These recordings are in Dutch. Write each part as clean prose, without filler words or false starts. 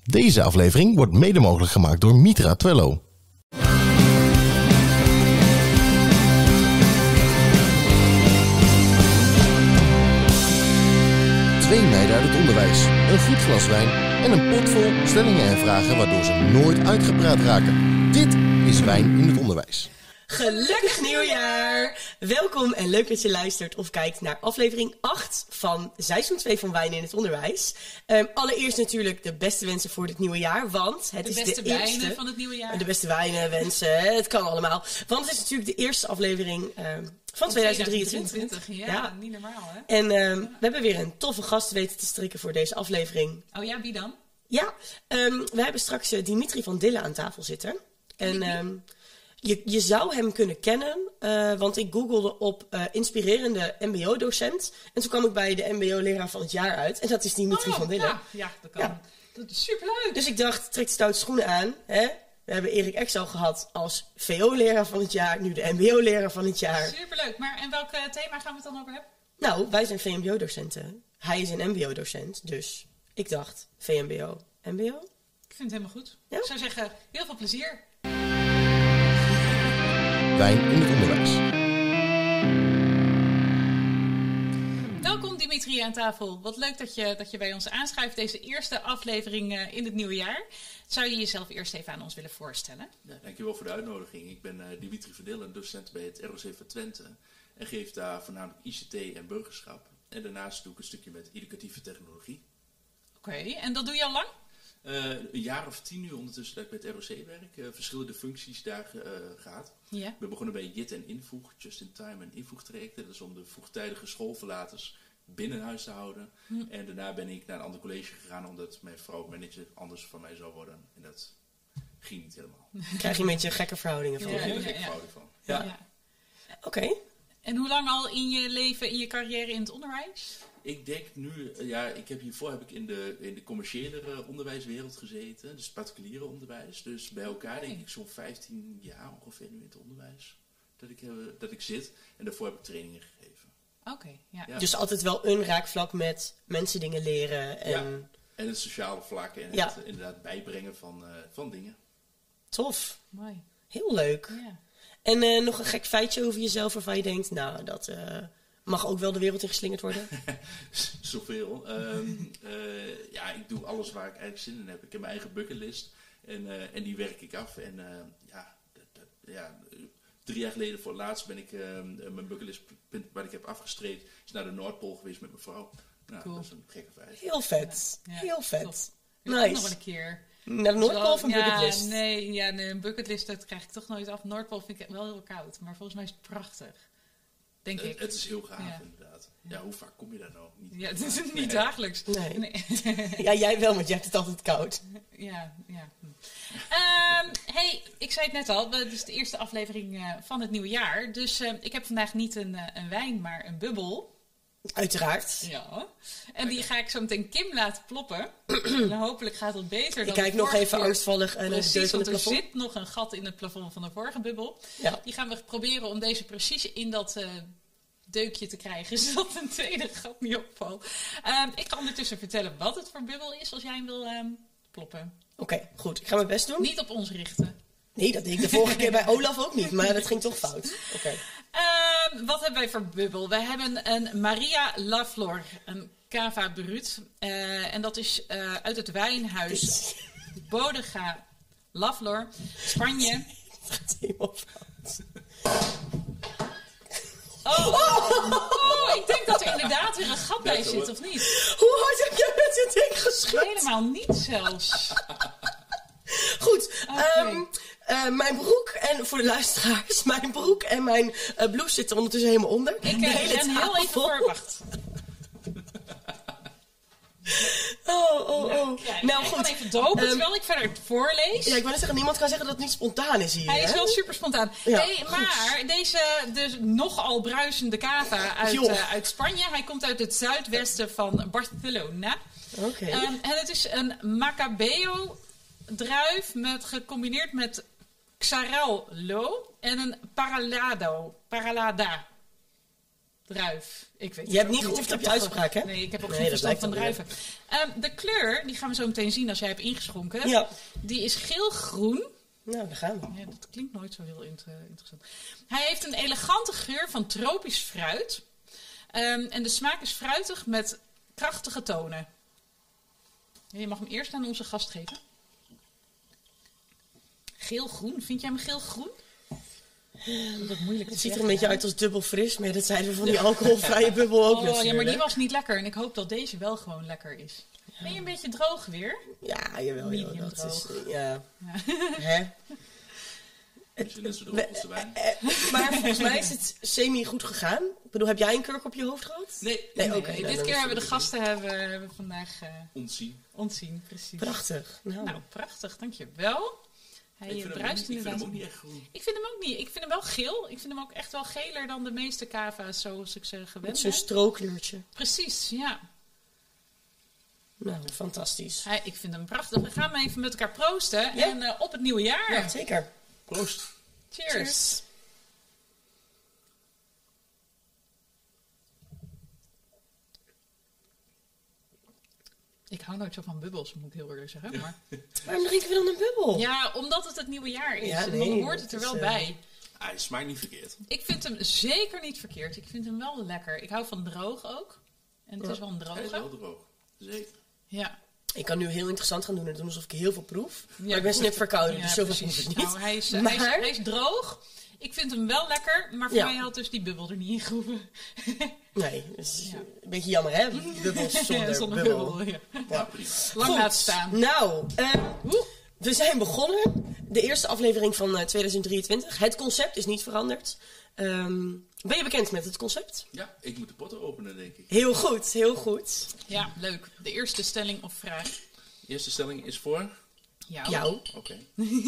Deze aflevering wordt mede mogelijk gemaakt door Mitra Twello. Twee meiden uit het onderwijs, een goed glas wijn en een pot vol stellingen en vragen waardoor ze nooit uitgepraat raken. Dit is Wijn in het Onderwijs. Gelukkig nieuwjaar! Welkom en leuk dat je luistert of kijkt naar aflevering 8 van seizoen 2 van Wijn in het Onderwijs. Allereerst natuurlijk de beste wensen voor dit nieuwe jaar, want het is de eerste... De beste wijnen van het nieuwe jaar. De beste wijnen, wensen, het kan allemaal. Want het is natuurlijk de eerste aflevering van 2023. Ja, niet normaal hè? En we hebben weer een toffe gast weten te strikken voor deze aflevering. Oh ja, wie dan? Ja, we hebben straks Dimitri van Dille aan tafel zitten. En... Je zou hem kunnen kennen, want ik googelde op inspirerende mbo-docent. En toen kwam ik bij de mbo-leraar van het jaar uit. En dat is Dimitri van Dille. Ja, dat kan. Ja. Dat is superleuk. Dus ik dacht, trek de stoute schoenen aan. Hè? We hebben Erik Ex al gehad als VO-leraar van het jaar. Nu de mbo-leraar van het jaar. Superleuk. Maar en welk thema gaan we het dan over hebben? Nou, wij zijn VMBO-docenten. Hij is een mbo-docent. Dus ik dacht, VMBO, mbo? Ik vind het helemaal goed. Ja? Ik zou zeggen, heel veel plezier. Wijn in het Onderwijs. Welkom Dimitri aan tafel. Wat leuk dat je bij ons aanschuift. Deze eerste aflevering in het nieuwe jaar. Zou je jezelf eerst even aan ons willen voorstellen? Ja, dankjewel voor de uitnodiging. Ik ben Dimitri van Dille, docent bij het ROC van Twente. En geef daar voornamelijk ICT en burgerschap. En daarnaast doe ik een stukje met educatieve technologie. Oké, en dat doe je al lang? Een jaar of 10 nu ondertussen dat ik bij het ROC werk. Verschillende functies daar gehad. Ja. Ik ben begonnen bij JIT en invoeg, just-in-time en invoegtrajecten. Dat is om de vroegtijdige schoolverlaters binnen huis te houden. En daarna ben ik naar een ander college gegaan omdat mijn vrouw manager anders van mij zou worden. En dat ging niet helemaal. Krijg je een beetje gekke verhoudingen van. Daar heb ik Ja, een gekke ja. fout van. Ja. Oké. En hoe lang al in je leven, in je carrière in het onderwijs? Ik denk nu, hiervoor heb ik in de commerciële onderwijswereld gezeten, dus het particuliere onderwijs. Dus bij elkaar denk ik zo'n 15 jaar ongeveer nu in het onderwijs dat ik zit. En daarvoor heb ik trainingen gegeven. Oké, ja. Ja. Dus altijd wel een raakvlak met mensen dingen leren. En... Ja. En het sociale vlak en Ja. het inderdaad bijbrengen van dingen. Tof. Mooi. Heel leuk. Ja. En nog een gek feitje over jezelf waarvan je denkt, nou, dat mag ook wel de wereld in geslingerd worden. Zoveel. Ik doe alles waar ik eigenlijk zin in heb. Ik heb mijn eigen bucketlist en die werk ik af. En 3 jaar geleden voor het laatst ben ik mijn bucketlist waar ik heb afgestreept is naar de Noordpool geweest met mijn vrouw. Nou, Cool. dat is een gekke feit. Heel vet. Ja, Heel vet. tof. Wil ik ook nog Nice. een keer. Naar de Noordpool of een bucketlist? Nee, een bucketlist dat krijg ik toch nooit af. Noordpool vind ik wel heel koud, maar volgens mij is het prachtig. Denk ik. Het is heel gaaf Ja. inderdaad. Ja, hoe vaak kom je daar nou? Niet Ja, het is niet Nee. dagelijks. Nee. Ja, jij wel, want jij hebt het altijd koud. Ja. Hey, ik zei het net al, dit is de eerste aflevering van het nieuwe jaar. Dus ik heb vandaag niet een wijn, maar een bubbel. Uiteraard. Ja. En die ga ik zo meteen Kim laten ploppen. En hopelijk gaat het beter dan Ik kijk de nog vorige even keer. angstvallig naar de Precies, deur van want het er plafond. zit nog een gat in het plafond van de vorige bubbel. Ja. Die gaan we proberen om deze precies in dat deukje te krijgen, zodat een tweede gat niet opvalt. Ik ga ondertussen vertellen wat het voor bubbel is, als jij hem wil ploppen. Oké, goed. Ik ga mijn best doen. Niet op ons richten. Nee, dat deed ik de vorige keer bij Olaf ook niet, maar dat ging toch fout. Oké. Wat hebben wij voor bubbel? Wij hebben een Maria Laflor, een Cava Brut. En dat is uit het wijnhuis Bodega Laflor, Spanje. Het gaat helemaal fout. Ik denk dat er inderdaad weer een gat bij zit, of niet? Hoe hard heb jij met dit ding geschud? Helemaal niet zelfs. Goed, Oké. mijn broek en voor de luisteraars, mijn broek en mijn blouse zitten ondertussen helemaal onder. Ik De hele ben heel tafel. even voor. Wacht. Oh. Ja, Nou ik goed. kan even dopen terwijl ik verder voorlees. Ja, ik wil net zeggen, niemand kan zeggen dat het niet spontaan is hier. Hij is hè? wel super spontaan. Ja, Hey, maar deze dus nogal bruisende cava uit Spanje. Hij komt uit het zuidwesten van Barcelona. Oké. En het is een Macabeo druif gecombineerd met Xarel-lo en een Paralada. Druif. Ik weet Je hebt het niet ook geoefend Ik op je heb uitspraak, hè? Nee, ik heb ook Nee, geen dat verstand van lijkt druiven. De kleur, die gaan we zo meteen zien als jij hebt ingeschonken. Ja. Die is geel-groen. Nou, daar gaan we. Ja, dat klinkt nooit zo heel interessant. Hij heeft een elegante geur van tropisch fruit. En de smaak is fruitig met krachtige tonen. Je mag hem eerst aan onze gast geven. Geel-groen. Vind jij hem geel-groen? Dat moeilijk te Het ziet er zeggen, een beetje hè? uit als dubbel fris, maar dat zeiden we van die alcoholvrije bubbel ook natuurlijk. ja, maar die was niet lekker. En ik hoop dat deze wel gewoon lekker is. Ben je een beetje droog weer? Ja, jawel. Medium Joh, dat is, droog. ja. Hè? Misschien net zo droog als de wijn. Maar volgens mij is het semi goed gegaan. Ik bedoel, heb jij een kurk op je hoofd gehad? Nee, Nee, Nee, oké. nou, dit dan keer is hebben we de het gasten hebben vandaag ontzien. ontzien. Precies. prachtig. Nou, prachtig. Dankjewel. Hij Ik vind bruist hem inderdaad. ook niet echt groen. Ik vind hem ook niet. Ik vind hem wel geel. Ik vind hem ook echt wel geler dan de meeste cava's zoals ik ze Met gewend zo'n ben. strookleurtje. Precies, ja. Nou, fantastisch. Ik vind hem prachtig. We gaan even met elkaar proosten. Ja. En op het nieuwe jaar. Ja, zeker. Proost. Cheers. Ik hou nooit zo van bubbels, moet ik heel eerlijk zeggen. Maar... Waarom drinken we dan een bubbel? Ja, omdat het nieuwe jaar is. Ja, En nee, dan hoort het dat er wel is, bij. Hij smaakt niet verkeerd. Ik vind hem zeker niet verkeerd. Ik vind hem wel lekker. Ik hou van droog ook. En het is wel een Hij is wel droge. droog. Zeker. Ja. Ik kan nu heel interessant gaan doen en doen alsof ik heel veel proef. Ja, Maar ik ben snip verkouden, Ja, dus zoveel precies. proef ik niet. Nou, hij is, Maar- hij is droog. Ik vind hem wel lekker, maar voor Ja. mij had dus die bubbel er niet in gehoeven. Nee, dus Ja. een beetje jammer hè, bubbels zonder, Zonder bubbel. bubbel. Ja. Ja, prima. Lang Goed. laten staan. Nou, Oeh. we zijn begonnen. De eerste aflevering van 2023. Het concept is niet veranderd. Ben je bekend met het concept? Ja, ik moet de potten openen, denk ik. Heel goed, heel goed. Ja, leuk. De eerste stelling of vraag. De eerste stelling is voor... Jou. Oké.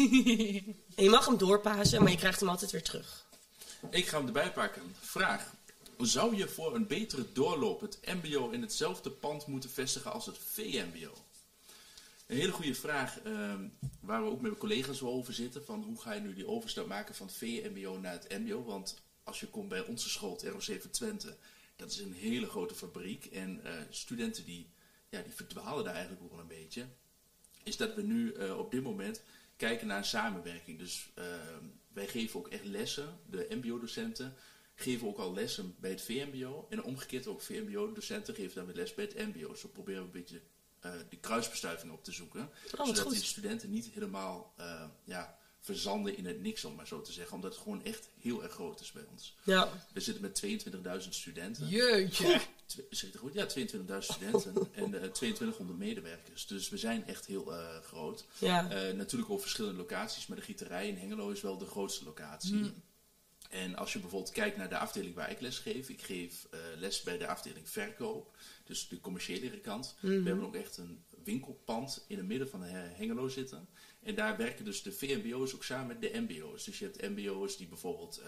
En je mag hem doorpassen, maar je krijgt hem altijd weer terug. Ik ga hem erbij pakken. Vraag. Zou je voor een betere doorloop het mbo in hetzelfde pand moeten vestigen als het VMBO? Een hele goede vraag waar we ook met mijn collega's wel over zitten. Van hoe ga je nu die overstap maken van het VMBO naar het mbo? Want als je komt bij onze school, het ROC van Twente, dat is een hele grote fabriek. En studenten die verdwalen daar eigenlijk ook wel een beetje. Is dat we nu op dit moment kijken naar een samenwerking. Dus wij geven ook echt lessen. De mbo-docenten geven ook al lessen bij het VMBO. En omgekeerd ook VMBO-docenten geven dan weer les bij het mbo. Zo proberen we een beetje die kruisbestuiving op te zoeken. wat zodat goed. die studenten niet helemaal verzanden in het niks, om maar zo te zeggen. Omdat het gewoon echt heel erg groot is bij ons. Ja. We zitten met 22.000 studenten. Jeetje. Zeg ik goed? Ja, 22.000 studenten en 2200 medewerkers. Dus we zijn echt heel groot. Ja. Natuurlijk op verschillende locaties, maar de gieterij in Hengelo is wel de grootste locatie. En als je bijvoorbeeld kijkt naar de afdeling waar ik les geef. Ik geef les bij de afdeling verkoop, dus de commerciële kant. We hebben ook echt een winkelpand in het midden van Hengelo zitten. En daar werken dus de VMBO's ook samen met de MBO's. Dus je hebt MBO's die bijvoorbeeld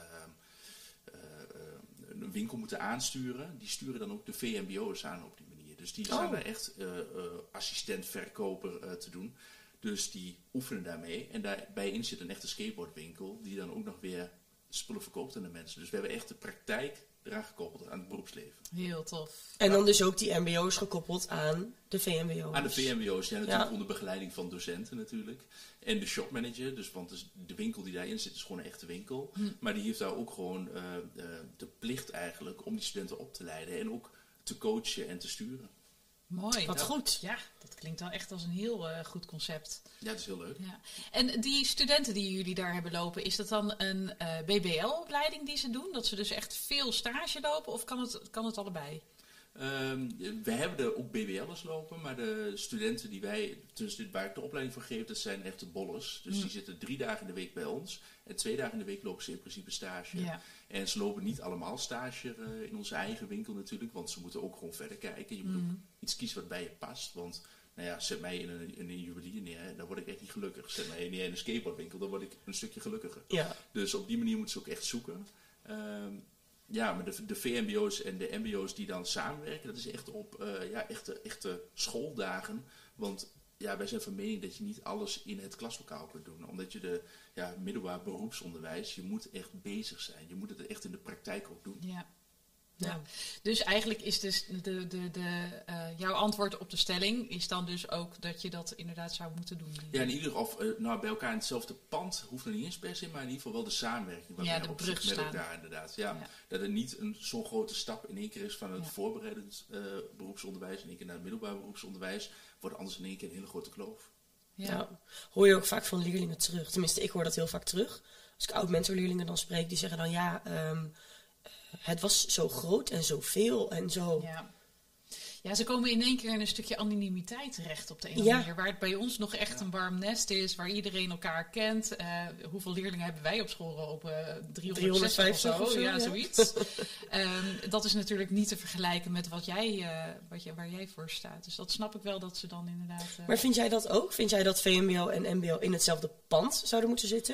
een winkel moeten aansturen. Die sturen dan ook de VMBO's aan op die manier. Dus die staan daar echt assistent verkoper te doen. Dus die oefenen daarmee. En daarbij zit een echte skateboardwinkel die dan ook nog weer spullen verkoopt aan de mensen. Dus we hebben echt de praktijk eraan gekoppeld aan het beroepsleven. Heel tof. En dan dus ook die mbo's gekoppeld aan de VMBO's. Aan de VMBO's, ja, natuurlijk Ja. onder begeleiding van docenten natuurlijk. En de shopmanager, dus, want dus de winkel die daarin zit is gewoon een echte winkel. Maar die heeft daar ook gewoon de plicht eigenlijk om die studenten op te leiden. En ook te coachen en te sturen. Mooi. Wat goed. Ja, dat klinkt wel echt als een heel goed concept. Ja, dat is heel leuk. Ja. En die studenten die jullie daar hebben lopen, is dat dan een BBL-opleiding die ze doen? Dat ze dus echt veel stage lopen of kan het allebei? We hebben er ook BBL'ers lopen, maar de studenten die waar ik de opleiding voor geef, dat zijn echte bollers. Dus die zitten 3 dagen in de week bij ons en 2 dagen in de week lopen ze in principe stage. Ja. En ze lopen niet allemaal stage in onze eigen winkel natuurlijk, want ze moeten ook gewoon verder kijken. Je moet ook iets kiezen wat bij je past, want nou ja, zet mij in een juwelier neer, dan word ik echt niet gelukkig. Zet mij neer in een skateboardwinkel, dan word ik een stukje gelukkiger. Ja. Dus op die manier moeten ze ook echt zoeken. Ja, maar de VMBO's en de MBO's die dan samenwerken, dat is echt op echte schooldagen. Want ja, wij zijn van mening dat je niet alles in het klaslokaal kunt doen. Omdat je middelbaar beroepsonderwijs, je moet echt bezig zijn. Je moet het echt in de praktijk ook doen. Ja. Ja. Dus eigenlijk is dus jouw antwoord op de stelling is dan dus ook dat je dat inderdaad zou moeten doen. Ja, in ieder geval bij elkaar in hetzelfde pand hoeft er niet eens per se, maar in ieder geval wel de samenwerking. Wat de op brug met slaan. elkaar inderdaad. Ja. Dat het niet zo'n grote stap in één keer is van het voorbereidend beroepsonderwijs in één keer naar het middelbaar beroepsonderwijs, wordt anders in één keer een hele grote kloof. Ja. Hoor je ook vaak van leerlingen terug. Tenminste, ik hoor dat heel vaak terug. Als ik oud-mentorleerlingen dan spreek, die zeggen dan het was zo groot en zoveel en zo. Ja, ze komen in één keer in een stukje anonimiteit terecht op de een of andere manier. Waar het bij ons nog echt een warm nest is, waar iedereen elkaar kent. Hoeveel leerlingen hebben wij op school op 350 of zo? Ja, zoiets. Dat is natuurlijk niet te vergelijken met waar jij voor staat. Dus dat snap ik wel dat ze dan inderdaad... Maar vind jij dat ook? Vind jij dat VMBO en MBO in hetzelfde pand zouden moeten zitten?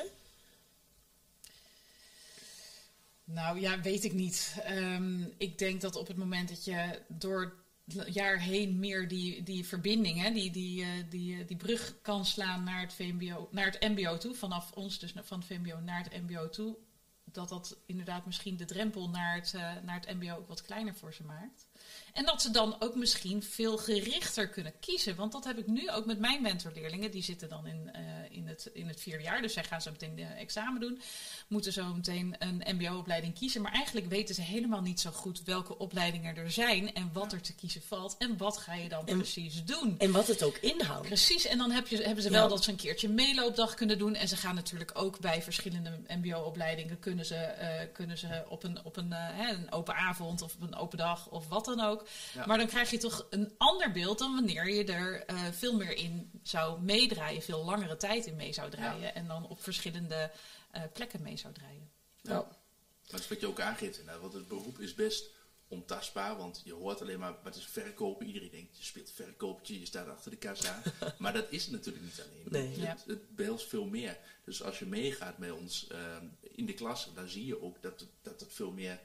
Nou ja, weet ik niet. Ik denk dat op het moment dat je door het jaar heen meer die verbinding, hè, die brug kan slaan naar het VMBO, naar het MBO toe, vanaf ons dus van het VMBO naar het MBO toe, dat inderdaad misschien de drempel naar het MBO ook wat kleiner voor ze maakt. En dat ze dan ook misschien veel gerichter kunnen kiezen. Want dat heb ik nu ook met mijn mentorleerlingen. Die zitten dan in het 4e jaar. Dus zij gaan zo meteen examen doen. Moeten zo meteen een mbo-opleiding kiezen. Maar eigenlijk weten ze helemaal niet zo goed welke opleidingen er zijn. En wat er te kiezen valt. En wat ga je dan precies doen. En wat het ook inhoudt. Precies. En dan hebben ze wel dat ze een keertje een meeloopdag kunnen doen. En ze gaan natuurlijk ook bij verschillende mbo-opleidingen. Kunnen ze op een open avond of op een open dag of wat dan ook. Ja. Maar dan krijg je toch een ander beeld dan wanneer je er veel meer in zou meedraaien. Veel langere tijd in mee zou draaien. Ja. En dan op verschillende plekken mee zou draaien. Ja. Maar dat is wat je ook aangeeft. Want het beroep is best ontastbaar. Want je hoort alleen maar wat is verkopen. Iedereen denkt je speelt verkoopje. Je staat achter de kassa. Maar dat is het natuurlijk niet alleen. Nee. Het behelst veel meer. Dus als je meegaat met ons in de klas. Dan zie je ook dat het veel meer...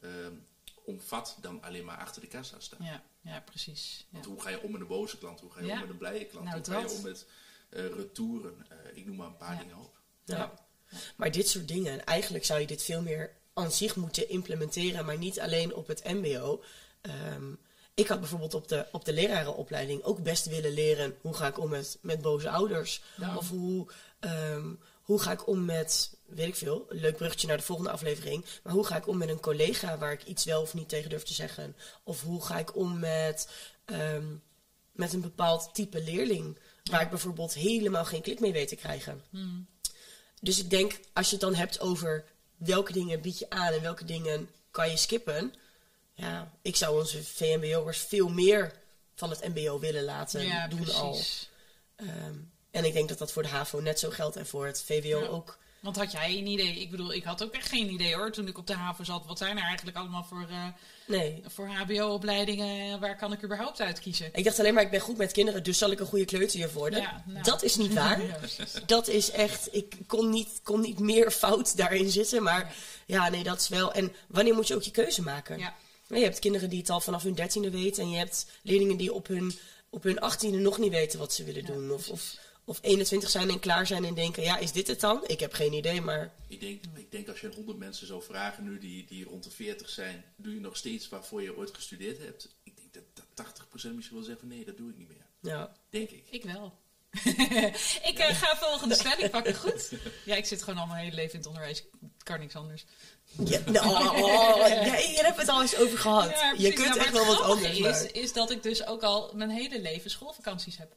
omvat dan alleen maar achter de kassa staan. Ja, precies. Want hoe ga je om met een boze klant? Hoe ga je om met een blije klant? Hoe ga je om met retouren? Ik noem maar een paar dingen op. Ja. Maar dit soort dingen, eigenlijk zou je dit veel meer aan zich moeten implementeren, maar niet alleen op het mbo. Ik had bijvoorbeeld op de lerarenopleiding ook best willen leren hoe ga ik om met boze ouders. Ja. Of hoe ga ik om met, weet ik veel, een leuk bruggetje naar de volgende aflevering. Maar hoe ga ik om met een collega waar ik iets wel of niet tegen durf te zeggen? Of hoe ga ik om met een bepaald type leerling waar ik bijvoorbeeld helemaal geen klik mee weet te krijgen? Dus ik denk, als je het dan hebt over welke dingen bied je aan en welke dingen kan je skippen. Ja, ik zou onze VMBO'ers veel meer van het mbo willen laten doen precies. Al. En ik denk dat dat voor de HAVO net zo geldt en voor het VWO ook. Want had jij een idee? Ik bedoel, ik had ook echt geen idee hoor. Toen ik op de HAVO zat, wat zijn er eigenlijk allemaal voor HBO-opleidingen? Waar kan ik überhaupt uitkiezen? Ik dacht alleen maar, ik ben goed met kinderen, dus zal ik een goede kleuterjuf worden. Ja, nou. Dat is niet waar. Dat is echt, ik kon niet meer fout daarin zitten. Maar nee, dat is wel. En wanneer moet je ook je keuze maken? Ja. Je hebt kinderen die het al vanaf hun 13e weten. En je hebt leerlingen die op hun 18e nog niet weten wat ze willen doen. Of 21 zijn en klaar zijn en denken, is dit het dan? Ik heb geen idee, maar... Ik denk als je 100 mensen zou vragen nu die rond de 40 zijn, doe je nog steeds waarvoor je ooit gestudeerd hebt? Ik denk dat 80% misschien wel zeggen, nee, dat doe ik niet meer. Ja. Denk ik. Ik wel. Ik ga volgende stelling pakken, goed? Ja, ik zit gewoon al mijn hele leven in het onderwijs. Ik kan niks anders. Ja, je hebt het al eens over gehad. Ja, je kunt echt wel wat anders is dat ik dus ook al mijn hele leven schoolvakanties heb.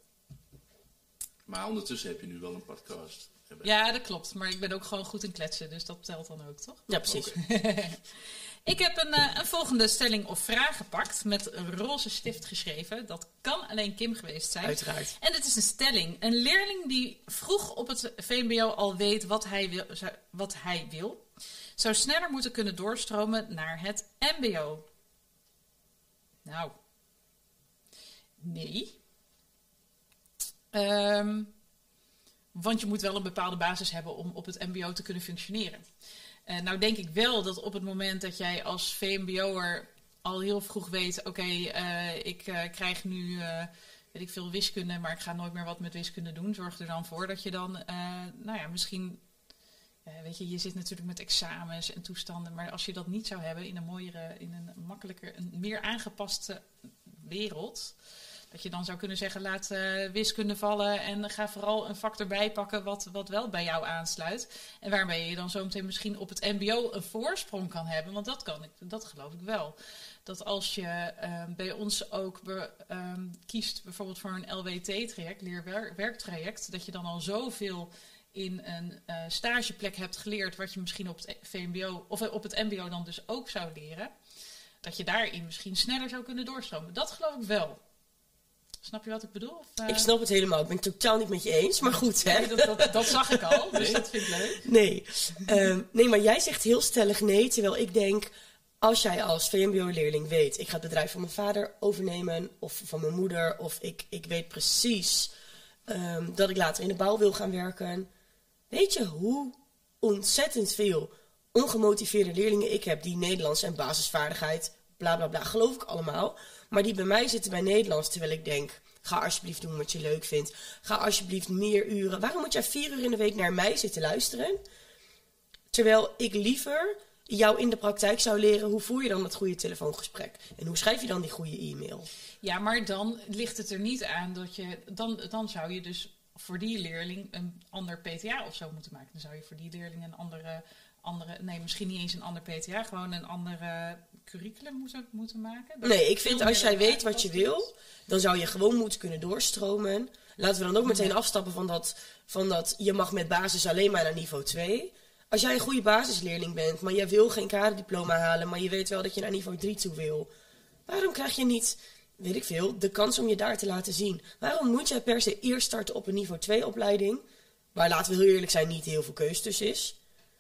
Maar ondertussen heb je nu wel een podcast. Ja, dat klopt. Maar ik ben ook gewoon goed in kletsen. Dus dat telt dan ook, toch? Ja, precies. Okay. Ik heb een volgende stelling of vraag gepakt. Met een roze stift geschreven. Dat kan alleen Kim geweest zijn. Uiteraard. En dit is een stelling. Een leerling die vroeg op het VMBO al weet wat hij wil. Zou sneller moeten kunnen doorstromen naar het MBO. Nou. Nee. Want je moet wel een bepaalde basis hebben om op het mbo te kunnen functioneren. Nou denk ik wel dat op het moment dat jij als VMBO'er al heel vroeg weet... ik krijg nu, weet ik veel, wiskunde... maar ik ga nooit meer wat met wiskunde doen. Zorg er dan voor dat je dan misschien weet je zit natuurlijk met examens en toestanden. Maar als je dat niet zou hebben in een mooiere, in een makkelijker, een meer aangepaste wereld. Dat je dan zou kunnen zeggen, laat wiskunde vallen en ga vooral een vak erbij pakken wat wel bij jou aansluit. En waarmee je dan zometeen misschien op het mbo een voorsprong kan hebben. Want dat geloof ik wel. Dat als je bij ons ook kiest bijvoorbeeld voor een LWT-traject, leerwerktraject, dat je dan al zoveel in een stageplek hebt geleerd wat je misschien op het VMBO of op het mbo dan dus ook zou leren. Dat je daarin misschien sneller zou kunnen doorstromen. Dat geloof ik wel. Snap je wat ik bedoel? Of, Ik snap het helemaal. Ik ben het totaal niet met je eens. Maar goed, hè? Nee, dat zag ik al. Dus dat vind ik leuk. Nee, maar jij zegt heel stellig nee. Terwijl ik denk, als jij als VMBO-leerling weet, ik ga het bedrijf van mijn vader overnemen. Of van mijn moeder. Of ik weet precies dat ik later in de bouw wil gaan werken. Weet je hoe ontzettend veel ongemotiveerde leerlingen ik heb die Nederlands en basisvaardigheid, bla bla bla, geloof ik allemaal. Maar die bij mij zitten bij Nederlands, terwijl ik denk, ga alsjeblieft doen wat je leuk vindt. Ga alsjeblieft meer uren. Waarom moet jij 4 uur in de week naar mij zitten luisteren? Terwijl ik liever jou in de praktijk zou leren, hoe voer je dan dat goede telefoongesprek? En hoe schrijf je dan die goede e-mail? Ja, maar dan ligt het er niet aan dat je, dan zou je dus voor die leerling een ander PTA of zo moeten maken. Dan zou je voor die leerling een andere nee, misschien niet eens een ander PTA, gewoon een andere curriculum moeten maken. Nee, ik vind als jij weet wat je wil, dan zou je gewoon moeten kunnen doorstromen. Laten we dan ook meteen afstappen van dat je mag met basis alleen maar naar niveau 2. Als jij een goede basisleerling bent, maar je wil geen kaderdiploma halen, maar je weet wel dat je naar niveau 3 toe wil. Waarom krijg je niet, weet ik veel, de kans om je daar te laten zien? Waarom moet jij per se eerst starten op een niveau 2 opleiding, waar, laten we heel eerlijk zijn, niet heel veel keus tussen is?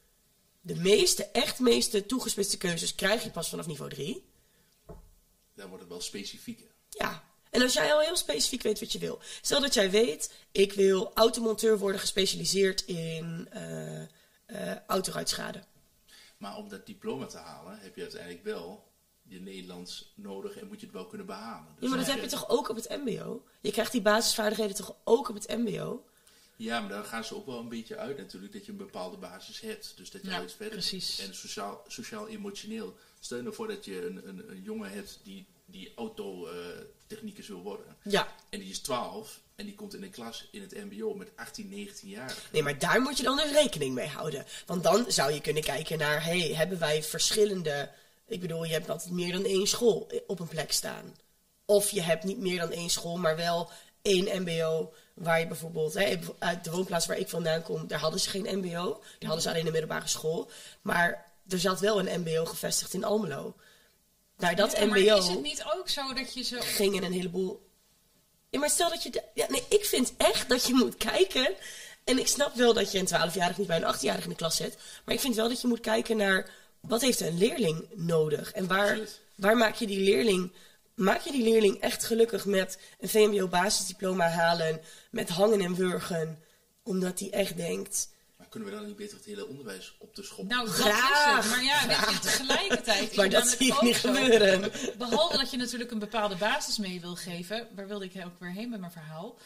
De meeste toegespitste keuzes krijg je pas vanaf niveau 3. Dan wordt het wel specifieker. Ja, en als jij al heel specifiek weet wat je wil. Stel dat jij weet, ik wil automonteur worden gespecialiseerd in autoruitschade. Maar om dat diploma te halen heb je uiteindelijk wel je Nederlands nodig en moet je het wel kunnen behalen. Dus ja, maar dat heb je toch ook op het mbo? Je krijgt die basisvaardigheden toch ook op het mbo? Ja, maar daar gaan ze ook wel een beetje uit natuurlijk, dat je een bepaalde basis hebt. Dus dat je iets verder. Precies. En sociaal-emotioneel. Stel je nou voor dat je een jongen hebt die autotechnicus wil worden. Ja. En die is 12 en die komt in een klas in het mbo met 18, 19 jaar. Nee, maar daar moet je dan dus rekening mee houden. Want dan zou je kunnen kijken naar, hebben wij verschillende, ik bedoel, je hebt altijd meer dan 1 school op een plek staan. Of je hebt niet meer dan 1 school, maar wel 1 mbo, waar je bijvoorbeeld, uit de woonplaats waar ik vandaan kom, daar hadden ze geen mbo. Daar hadden ze alleen de middelbare school. Maar er zat wel een mbo gevestigd in Almelo. Naar dat mbo... Maar is het niet ook zo dat je zo... gingen een heleboel... Ja, maar stel dat je... ik vind echt dat je moet kijken. En ik snap wel dat je een 12-jarige niet bij een 8-jarige in de klas zet. Maar ik vind wel dat je moet kijken naar, wat heeft een leerling nodig? En waar maak je die leerling... Maak je die leerling echt gelukkig met een VMBO-basisdiploma halen, met hangen en wurgen, omdat hij echt denkt... Maar kunnen we dan niet beter het hele onderwijs op de schop? Nou, graag, dat is het. Maar ja, weet je, tegelijkertijd is maar het dat namelijk zie ik ook niet zo. gebeuren. Behalve dat je natuurlijk een bepaalde basis mee wil geven. Waar wilde ik ook weer heen met mijn verhaal?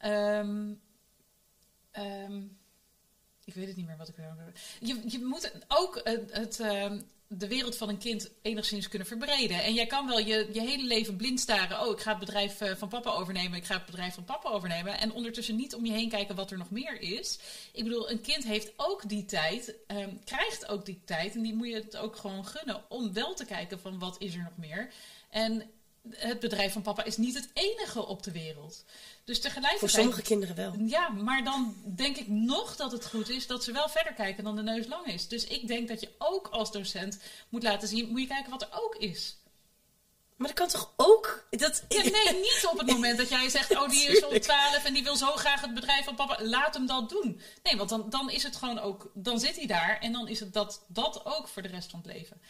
Ik weet het niet meer wat ik wil. Je moet ook de wereld van een kind enigszins kunnen verbreden. En jij kan wel je hele leven blind staren. Oh, ik ga het bedrijf van papa overnemen. Ik ga het bedrijf van papa overnemen. En ondertussen niet om je heen kijken wat er nog meer is. Ik bedoel, een kind heeft ook die tijd. Krijgt ook die tijd. En die moet je het ook gewoon gunnen. Om wel te kijken van wat is er nog meer. En het bedrijf van papa is niet het enige op de wereld. Dus tegelijkertijd... Voor sommige kinderen wel. Ja, maar dan denk ik nog dat het goed is dat ze wel verder kijken dan de neus lang is. Dus ik denk dat je ook als docent moet laten zien, moet je kijken wat er ook is. Maar dat kan toch ook... Ja, nee, niet op het moment dat jij zegt, oh, die is al 12 en die wil zo graag het bedrijf van papa. Laat hem dat doen. Nee, want dan is het gewoon ook, dan zit hij daar en dan is het dat ook voor de rest van het leven.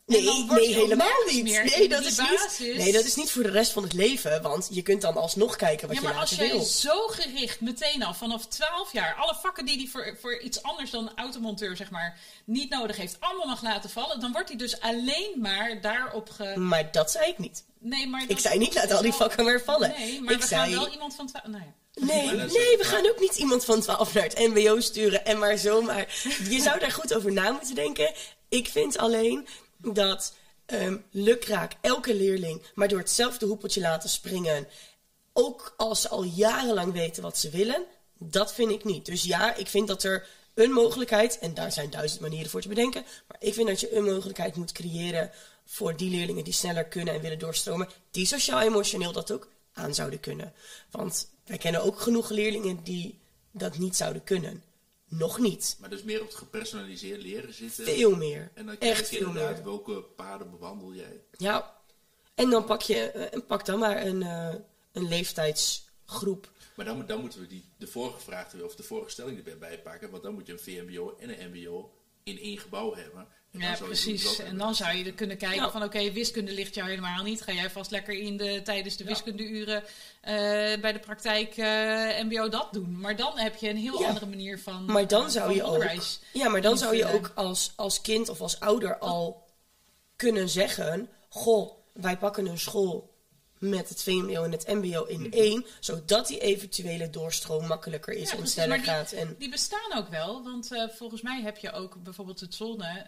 En dan wordt Nee, je ook helemaal nergens niet. meer Nee, in dat die is basis. niet. Nee, dat is niet voor de rest van het leven. Want je kunt dan alsnog kijken wat Ja, je maar als later jij wil. zo gericht meteen al vanaf 12 jaar alle vakken die hij voor iets anders dan automonteur zeg maar niet nodig heeft, allemaal mag laten vallen, dan wordt hij dus alleen maar daarop Maar dat zei ik niet. Nee, maar Ik zei niet, laat al die vakken maar vallen. Nee, maar Ik we zei... gaan wel iemand van 12... Nou ja. Nee, dat is- we gaan ook niet iemand van 12 naar het mbo sturen en maar zomaar. Je zou daar goed over na moeten denken. Ik vind alleen dat lukraak elke leerling maar door hetzelfde hoepeltje laten springen, ook als ze al jarenlang weten wat ze willen, dat vind ik niet. Dus ja, ik vind dat er een mogelijkheid, en daar zijn 1000 manieren voor te bedenken, maar ik vind dat je een mogelijkheid moet creëren voor die leerlingen die sneller kunnen en willen doorstromen, die sociaal-emotioneel dat ook aan zouden kunnen. Want wij kennen ook genoeg leerlingen die dat niet zouden kunnen. Nog niet. Maar dus meer op het gepersonaliseerd leren zitten. Veel meer. En dan kijk Echt je veel inderdaad meer. welke paden bewandel jij. Ja. En dan pak dan maar een leeftijdsgroep. Maar dan moeten we de vorige vraag of de vorige stelling erbij pakken. Want dan moet je een VMBO en een MBO in één gebouw hebben. En Ja, dan zou je precies. welke En hebben. dan zou je er kunnen kijken Ja. van oké, wiskunde ligt jou helemaal niet. Ga jij vast lekker tijdens de wiskundeuren bij de praktijk MBO dat doen. Maar dan heb je een heel Ja. andere manier van Maar dan zou van je ook, onderwijs. ja, maar dan zou je invullen. ook als kind of als ouder al kunnen zeggen: goh, wij pakken een school met het VMBO en het MBO in één, zodat die eventuele doorstroom makkelijker is Ja, en precies, sneller maar gaat. En Die bestaan ook wel, want volgens mij heb je ook bijvoorbeeld het zone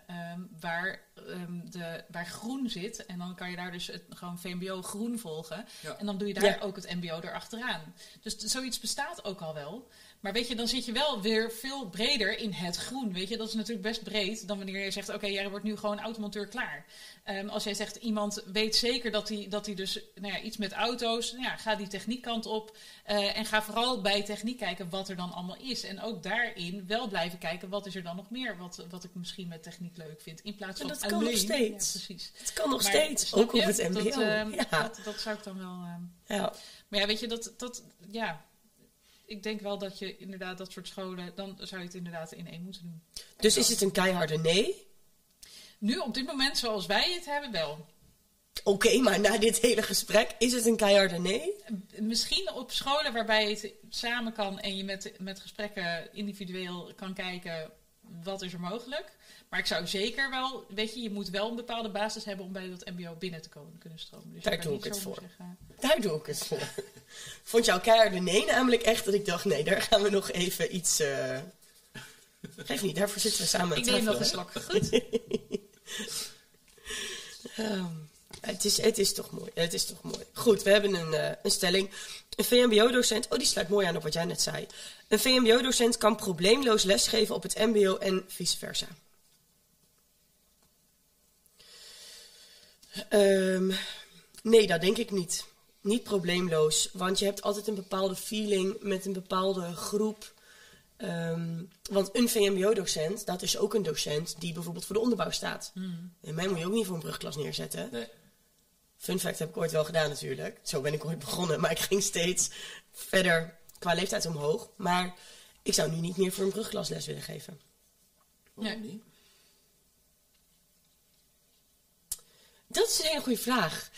waar groen zit. En dan kan je daar dus gewoon VMBO groen volgen. Ja. En dan doe je daar Ja. ook het MBO erachteraan. Dus zoiets bestaat ook al wel. Maar weet je, dan zit je wel weer veel breder in het groen. Weet je, dat is natuurlijk best breed dan wanneer je zegt: oké, jij wordt nu gewoon automonteur klaar. Als jij zegt, iemand weet zeker dat hij dus iets met auto's, ga die techniekkant op. En ga vooral bij techniek kijken wat er dan allemaal is. En ook daarin wel blijven kijken, wat is er dan nog meer wat ik misschien met techniek leuk vind. In plaats En van dat kan alleen. nog steeds. Ja, precies. het kan nog Maar steeds, snap ook op je? het MBO. Dat zou ik dan wel... Ja. Maar ja, weet je, ik denk wel dat je inderdaad dat soort scholen, dan zou je het inderdaad in één moeten doen. Dus is het een keiharde nee? Nu, op dit moment, zoals wij het hebben, wel. Oké, maar na dit hele gesprek is het een keiharde nee? Misschien op scholen waarbij het samen kan en je met gesprekken individueel kan kijken wat is er mogelijk. Maar ik zou zeker wel, weet je moet wel een bepaalde basis hebben om bij dat mbo binnen te kunnen stromen. Dus Daar kan doe niet ik het zomaar voor. zeggen, Daar doe ik het voor. Vond jouw keiharde nee namelijk echt dat ik dacht, nee, daar gaan we nog even iets... Geef niet, daarvoor zitten we samen aan ik neem tafel, nog een hè? slok. Goed. Het is toch mooi. Het is toch mooi. Goed, we hebben een stelling. Een VMBO-docent... Oh, die sluit mooi aan op wat jij net zei. Een VMBO-docent kan probleemloos lesgeven op het MBO en vice versa. Nee, dat denk ik niet. Niet probleemloos. Want je hebt altijd een bepaalde feeling met een bepaalde groep. Want een VMBO-docent, dat is ook een docent die bijvoorbeeld voor de onderbouw staat. En mij moet je ook niet voor een brugklas neerzetten. Nee. Fun fact heb ik ooit wel gedaan natuurlijk. Zo ben ik ooit begonnen. Maar ik ging steeds verder qua leeftijd omhoog. Maar ik zou nu niet meer voor een brugklas les willen geven. Waarom Nee. niet? Dat is een hele goede vraag.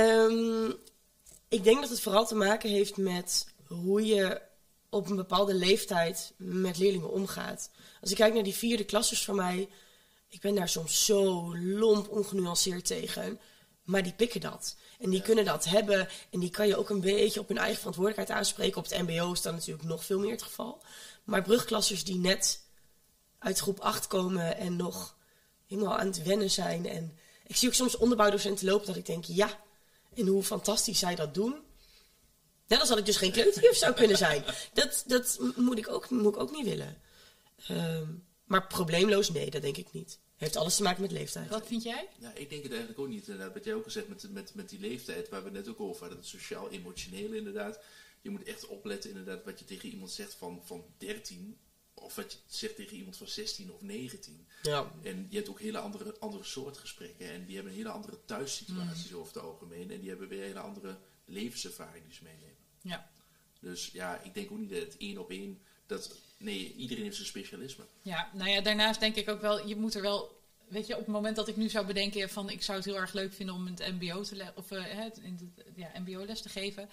Ik denk dat het vooral te maken heeft met hoe je op een bepaalde leeftijd met leerlingen omgaat. Als ik kijk naar die 4e klassers van mij, ik ben daar soms zo lomp ongenuanceerd tegen. Maar die pikken dat. En die kunnen dat hebben. En die kan je ook een beetje op hun eigen verantwoordelijkheid aanspreken. Op het mbo is dat natuurlijk nog veel meer het geval. Maar brugklassers die net uit groep 8 komen en nog helemaal aan het wennen zijn. En ik zie ook soms onderbouwdocenten lopen dat ik denk, ja, en hoe fantastisch zij dat doen. Net als dat ik dus geen kleuterjuf zou kunnen zijn. Dat moet ik ook niet willen. Maar probleemloos, nee, dat denk ik niet. Heeft alles te maken met leeftijd. Wat vind jij? Ja, ik denk het eigenlijk ook niet. Inderdaad, wat jij ook al zegt met die leeftijd waar we het net ook over hadden. Het sociaal-emotionele inderdaad. Je moet echt opletten inderdaad wat je tegen iemand zegt van 13. Of wat je zegt tegen iemand van 16 of 19. Ja. En je hebt ook hele andere soort gesprekken. En die hebben een hele andere thuissituaties over het algemeen. En die hebben weer een hele andere levenservaring die ze meenemen. Ja. Dus ja, ik denk ook niet dat het 1 op 1... Nee, iedereen heeft zijn specialisme. Ja, nou ja, daarnaast denk ik ook wel, je moet er wel weet je, op het moment dat ik nu zou bedenken van ik zou het heel erg leuk vinden om in het mbo mbo-les te geven.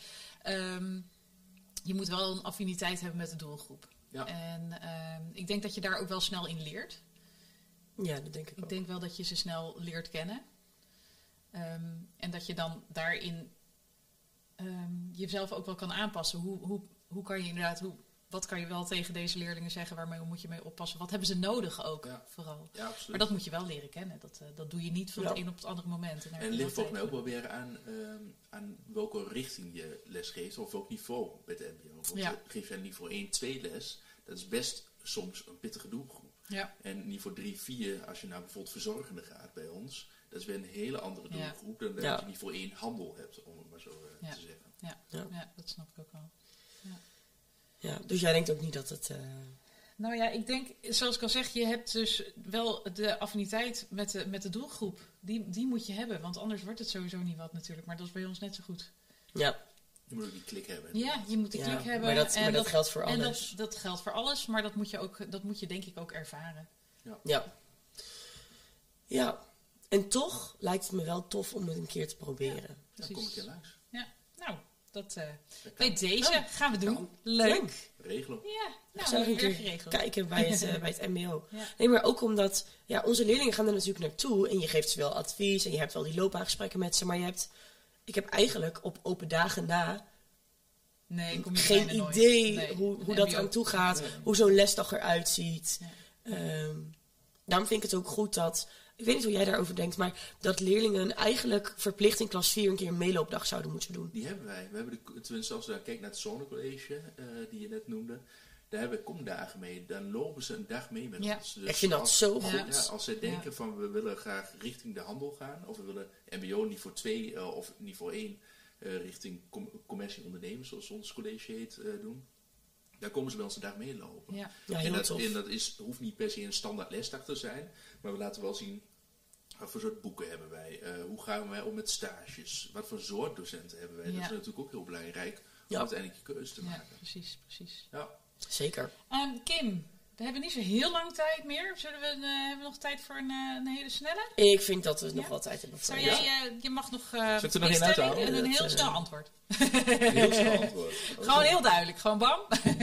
Je moet wel een affiniteit hebben met de doelgroep. Ja. En ik denk dat je daar ook wel snel in leert. Ja, dat denk ik ook. Ik denk wel dat je ze snel leert kennen. En dat je dan daarin jezelf ook wel kan aanpassen. Hoe kan je inderdaad... Wat kan je wel tegen deze leerlingen zeggen? Waarmee moet je mee oppassen? Wat hebben ze nodig ook, vooral? Ja, absoluut. Maar dat moet je wel leren kennen. Dat doe je niet van het een op het andere moment. En het ligt volgens mij ook wel weer aan welke richting je les geeft. Of welk niveau bij het mbo. Want geef je een niveau 1, 2 les. Dat is best soms een pittige doelgroep. Ja. En niveau 3, 4, als je nou bijvoorbeeld verzorgende gaat bij ons. Dat is weer een hele andere doelgroep dan dat je niveau 1 handel hebt. Om het maar zo te zeggen. Ja, dat snap ik ook wel. Ja, dus jij denkt ook niet dat het... Nou ja, ik denk, zoals ik al zeg, je hebt dus wel de affiniteit met de doelgroep. Die moet je hebben, want anders wordt het sowieso niet wat natuurlijk. Maar dat is bij ons net zo goed. Ja. Je moet ook die klik hebben. Ja, je moet die klik hebben. Maar dat geldt voor alles. En dat geldt voor alles, maar dat moet je denk ik ook ervaren. Ja. En toch lijkt het me wel tof om het een keer te proberen. Dan kom ik hier langs. Ja, nou... bij deze gaan we doen. Kan. Leuk. Regelen. Ja, nou, Gezellig we een hebben weer keer geregeld. kijken bij het mbo. Ja. Nee, maar ook omdat onze leerlingen gaan er natuurlijk naartoe. En je geeft ze wel advies. En je hebt wel die loopbaangesprekken met ze. Maar ik heb eigenlijk op open dagen na... Nee, kom je geen bijna idee nooit. hoe dat eraan toe gaat. Nee. Hoe zo'n lesdag eruit ziet. Ja. Daarom vind ik het ook goed dat... Ik weet niet hoe jij daarover denkt, maar dat leerlingen eigenlijk verplicht in klas 4 een keer een meeloopdag zouden moeten doen. Die hebben wij. We hebben tenminste als we kijken naar het Zonnecollege, die je net noemde, daar hebben we komdagen mee. Dan lopen ze een dag mee met ons. Dus ik vind dat zo goed. Ja, als zij denken van we willen graag richting de handel gaan, of we willen mbo niveau 2 of niveau 1 richting commercie ondernemers, zoals ons college heet, doen. Daar komen ze bij ons een dag meelopen. Ja, heel tof. En dat hoeft niet per se een standaard lesdag te zijn. Maar we laten wel zien wat voor soort boeken hebben wij. Hoe gaan wij om met stages? Wat voor soort docenten hebben wij? Dat is natuurlijk ook heel belangrijk om uiteindelijk je keuze te maken. Ja, precies. Ja. Zeker. Kim, we hebben niet zo heel lang tijd meer. Hebben we nog tijd voor een hele snelle? Ik vind dat we nog wel tijd hebben voor. Je mag nog zet er nog één uithalen? En een heel snel antwoord. Heel snel antwoord. Gewoon heel duidelijk. Gewoon bam.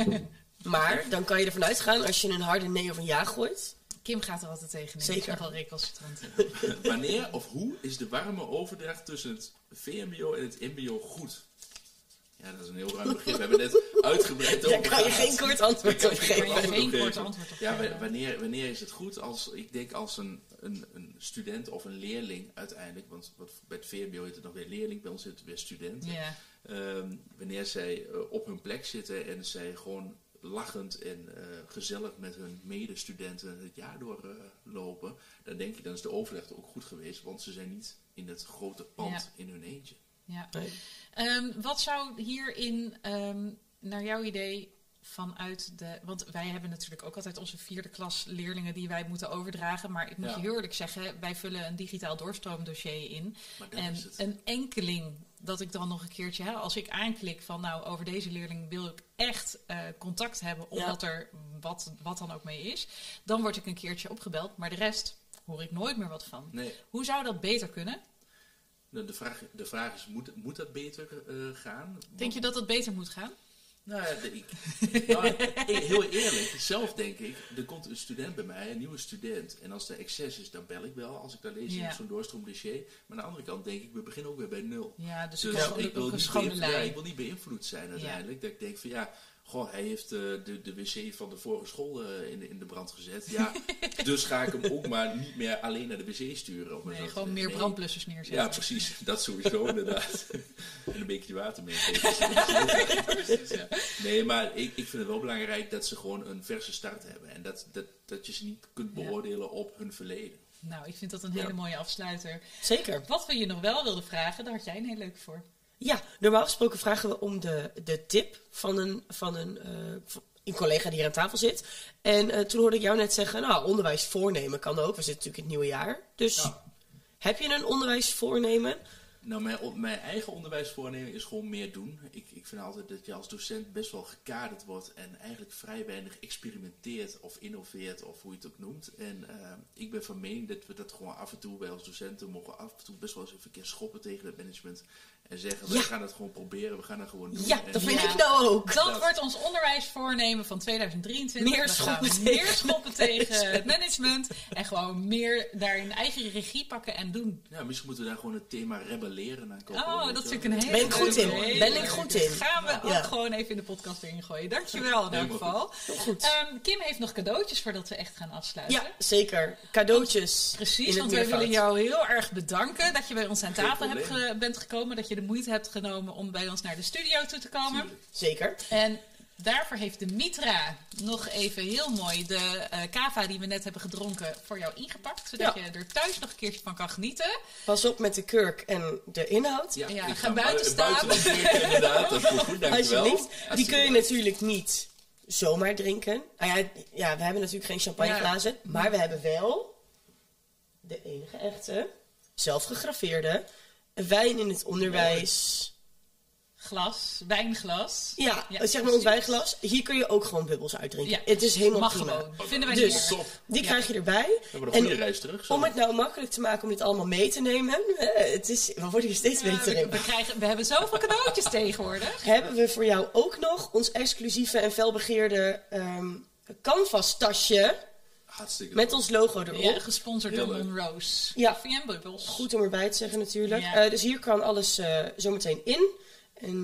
Maar dan kan je ervan uitgaan als je een harde nee of een ja gooit. Kim gaat er altijd tegen. Zeker. Nogal recalcitrant. Wanneer of hoe is de warme overdracht tussen het VMBO en het MBO goed? Ja, dat is een heel ruim begrip. We hebben net uitgebreid over. Daar kan je geen kort antwoord op geven. Ja, wanneer is het goed? Ik denk als een student of een leerling uiteindelijk, want bij het VMBO heet het nog weer leerling, bij ons heet het weer studenten. Ja. Wanneer zij op hun plek zitten en zij gewoon lachend en gezellig met hun medestudenten het jaar doorlopen, dan denk je, dan is de overleg ook goed geweest, want ze zijn niet in het grote pand in hun eentje. Ja. Nee. Wat zou hierin, naar jouw idee, vanuit want wij hebben natuurlijk ook altijd onze 4e klas leerlingen die wij moeten overdragen, maar ik moet je heel eerlijk zeggen, wij vullen een digitaal doorstroomdossier in. En een enkeling dat ik dan nog een keertje, als ik aanklik van nou, over deze leerling wil ik echt contact hebben, omdat er wat dan ook mee is, dan word ik een keertje opgebeld, maar de rest hoor ik nooit meer wat van. Nee. Hoe zou dat beter kunnen? De vraag is, moet dat beter gaan? Denk je dat het beter moet gaan? Nou ja, heel eerlijk, zelf denk ik, er komt een student bij mij, een nieuwe student. En als er excess is, dan bel ik wel als ik daar lees in zo'n doorstroomdossier. Maar aan de andere kant denk ik, we beginnen ook weer bij 0. Ja, dus ik wil niet beïnvloed zijn uiteindelijk. Dat ik denk van hij heeft de wc van de vorige school in de brand gezet. Ja, dus ga ik hem ook maar niet meer alleen naar de wc sturen. Gewoon meer brandblussers neerzetten. Ja, precies. Dat sowieso inderdaad. En een beetje water meegeven. Nee, maar ik vind het wel belangrijk dat ze gewoon een verse start hebben. En dat je ze niet kunt beoordelen op hun verleden. Nou, ik vind dat een hele mooie afsluiter. Zeker. Wat we je nog wel wilden vragen, daar had jij een heel leuk voor. Ja, normaal gesproken vragen we om de tip van een collega die hier aan tafel zit. En toen hoorde ik jou net zeggen, onderwijs voornemen kan ook. We zitten natuurlijk in het nieuwe jaar. Dus heb je een onderwijs voornemen? Nou, mijn eigen onderwijsvoornemen is gewoon meer doen. Ik vind altijd dat je als docent best wel gekaderd wordt en eigenlijk vrij weinig experimenteert of innoveert of hoe je het ook noemt. En ik ben van mening dat we dat gewoon af en toe bij als docenten mogen af en toe best wel eens even een keer schoppen tegen het management. En zeggen, we gaan het gewoon proberen, we gaan het gewoon doen. Ja, dat vind ik nou ook. Dat wordt ons onderwijsvoornemen van 2023. Meer schoppen tegen het management. En gewoon meer daarin eigen regie pakken en doen. Ja, misschien moeten we daar gewoon het thema rebelleren aan koppelen. Oh, dat vind ik een hele Ben ik goed in. idee. Ben ik goed in. Gaan we ook gewoon even in de podcast erin gooien. Dankjewel in elk geval. Goed. Kim heeft nog cadeautjes voordat we echt gaan afsluiten. Ja, zeker. Cadeautjes. Precies, want wij willen jou heel erg bedanken dat je bij ons aan tafel bent gekomen. Dat je de moeite hebt genomen om bij ons naar de studio toe te komen. Tuurlijk. Zeker. En daarvoor heeft de Mitra nog even heel mooi de cava die we net hebben gedronken voor jou ingepakt. Zodat je er thuis nog een keertje van kan genieten. Pas op met de kurk en de inhoud. Ja, ik ga buiten staan. Buiten de kurk, inderdaad, dat is goed, dankjewel. Alsjeblieft. Die kun je natuurlijk niet zomaar drinken. Nou ja, we hebben natuurlijk geen champagneglazen. Maar we hebben wel de enige echte, zelf gegraveerde, wijn in het onderwijs. Glas, wijnglas. Ja, zeg maar precies. ons wijnglas. Hier kun je ook gewoon bubbels uitdrinken. Ja, Het is helemaal mag prima. gewoon. Vinden wij Dus niet top. die krijg je erbij. We hebben een goede En reis terug. Zo. om het nou makkelijk te maken om dit allemaal mee te nemen. We worden hier steeds beter in. We hebben zoveel cadeautjes tegenwoordig. Hebben we voor jou ook nog ons exclusieve en felbegeerde canvas tasje. Hartstikke Met top. ons logo erop. Ja, gesponsord Heel door leuk. Monroe's. Ja. Coffee and Bubbles. Goed om erbij te zeggen natuurlijk. Ja. Dus hier kan alles zometeen in. En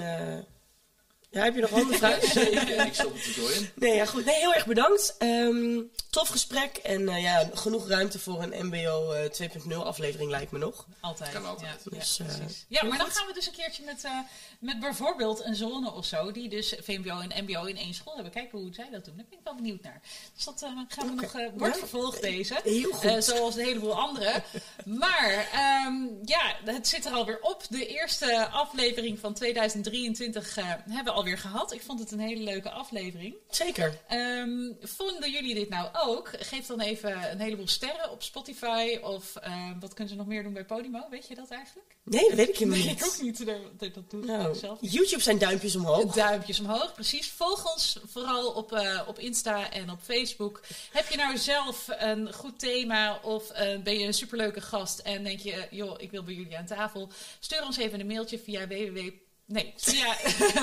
heb je nog andere vragen? Ik stop het er zo in. Nee, ja, goed. Nee, heel erg bedankt. Tof gesprek. En genoeg ruimte voor een MBO 2.0 aflevering lijkt me nog. Altijd. Kan altijd. Ja, Dus, precies. Ja, maar dan gaan we dus een keertje met bijvoorbeeld een zone of zo, die dus VMBO en MBO in één school hebben. Kijken hoe zij dat doen. Daar ben ik wel benieuwd naar. Dus dat gaan we nog, wordt vervolgd deze. Heel goed. Zoals een heleboel andere. Maar het zit er alweer op. De eerste aflevering van 2023 hebben we alweer gehad. Ik vond het een hele leuke aflevering. Zeker. Vonden jullie dit nou ook? Geef dan even een heleboel sterren op Spotify. Of wat kunnen ze nog meer doen bij Podimo? Weet je dat eigenlijk? Nee, dat weet ik helemaal Nee, niet. ik ook niet. Dat doe ik Nou, zelf niet. YouTube zijn duimpjes omhoog. Duimpjes omhoog, precies. Volg ons vooral op Insta en op Facebook. Heb je nou zelf een goed thema of ben je een superleuke gast en denk je, joh, ik wil bij jullie aan tafel? Stuur ons even een mailtje via via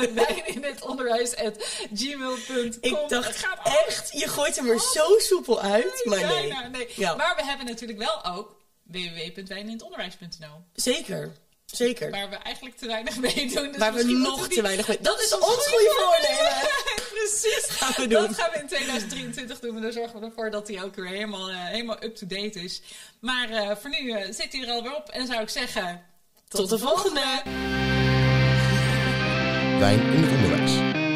wijninhetonderwijs@gmail.com. Ik dacht Gaat echt, je gooit hem er zo soepel uit. Maar nee. nee. Ja. Maar we hebben natuurlijk wel ook www.wijninhetonderwijs.nl. Zeker. Zeker. Waar we eigenlijk te weinig mee doen. Dus Waar we misschien nog moeten te weinig mee. Dat is ons ons goede voornemen. Precies. Gaan we doen. Dat gaan we in 2023 doen. En dan zorgen we ervoor dat hij ook weer helemaal up-to-date is. Maar voor nu zit hij er alweer op. En zou ik zeggen... Tot de volgende. Wijn in het onderwijs.